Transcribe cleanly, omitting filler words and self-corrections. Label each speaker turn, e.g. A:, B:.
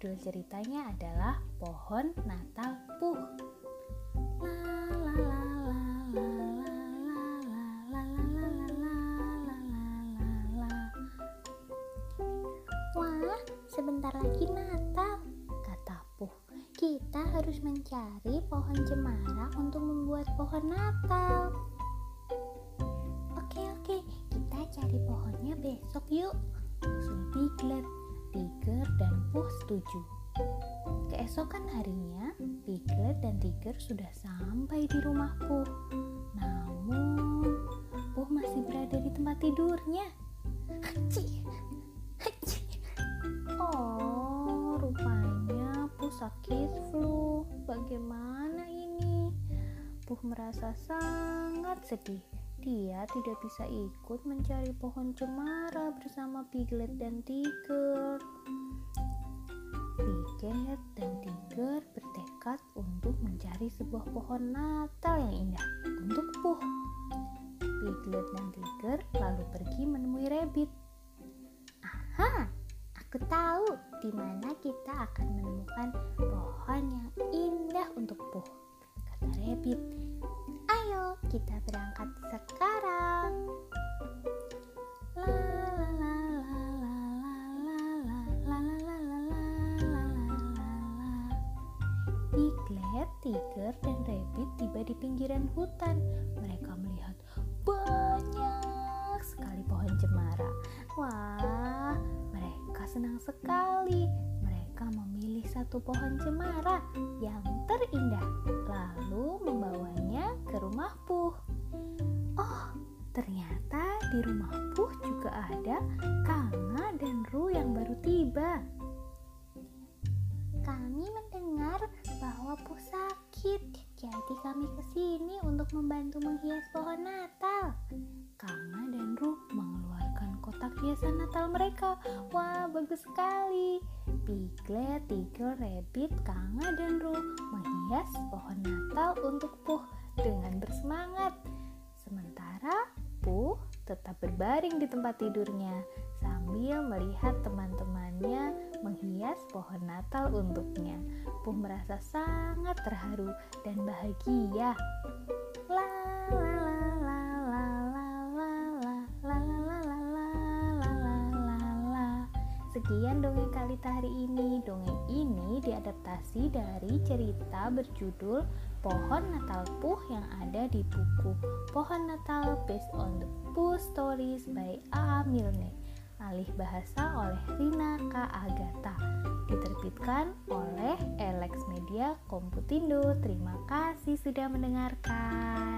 A: Judul ceritanya adalah Pohon Natal Puh.
B: Wah, sebentar lagi Natal, kata Puh. Kita harus mencari pohon cemara untuk membuat pohon Natal. Oke, kita cari pohonnya besok yuk, usul Piglet. Tiger dan Puh setuju. Keesokan harinya, Piglet dan Tiger sudah sampai di rumah Puh. Namun, Puh masih berada di tempat tidurnya. Haci. Oh, rupanya Puh sakit flu. Bagaimana ini? Puh merasa sangat sedih. Dia tidak bisa ikut mencari pohon cemara bersama Piglet dan Tiger. Piglet dan Tiger bertekad untuk mencari sebuah pohon Natal yang indah untuk Puh. Piglet dan Tiger lalu pergi menemui Rabbit. Aha, aku tahu di mana kita akan menemukan pohon yang indah untuk Puh, kata Rabbit. Ayo kita berangkat sekarang. Piglet, Tiger, dan Rabbit tiba di pinggiran hutan. Mereka melihat banyak sekali pohon cemara. Wah, mereka senang sekali. Mereka memilih satu pohon cemara yang terindah, lalu membawanya ke rumah Puh. Oh, ternyata di rumah Puh juga ada Kanga dan Ru yang baru tiba. Kami mendengar bahwa Puh sakit, jadi kami kesini untuk membantu menghias pohon Natal. Kanga dan Ru mengeluarkan kotak hiasan Natal mereka. Wah, bagus sekali. Piglet, Tiger, Rabbit, Kanga, dan Ru menghias pohon Natal untuk Puh dengan bersemangat. Sementara Puh tetap berbaring di tempat tidurnya sambil melihat teman-temannya menghias pohon Natal untuknya. Puh merasa sangat terharu dan bahagia. Sekian dongeng Kalita hari ini. Dongeng ini diadaptasi dari cerita berjudul Pohon Natal Puh yang ada di buku Pohon Natal Based on the Puh Stories by A.A. Milne. Alih bahasa oleh Rina K. Agatha. Diterbitkan oleh Alex Media Komputindo. Terima kasih sudah mendengarkan.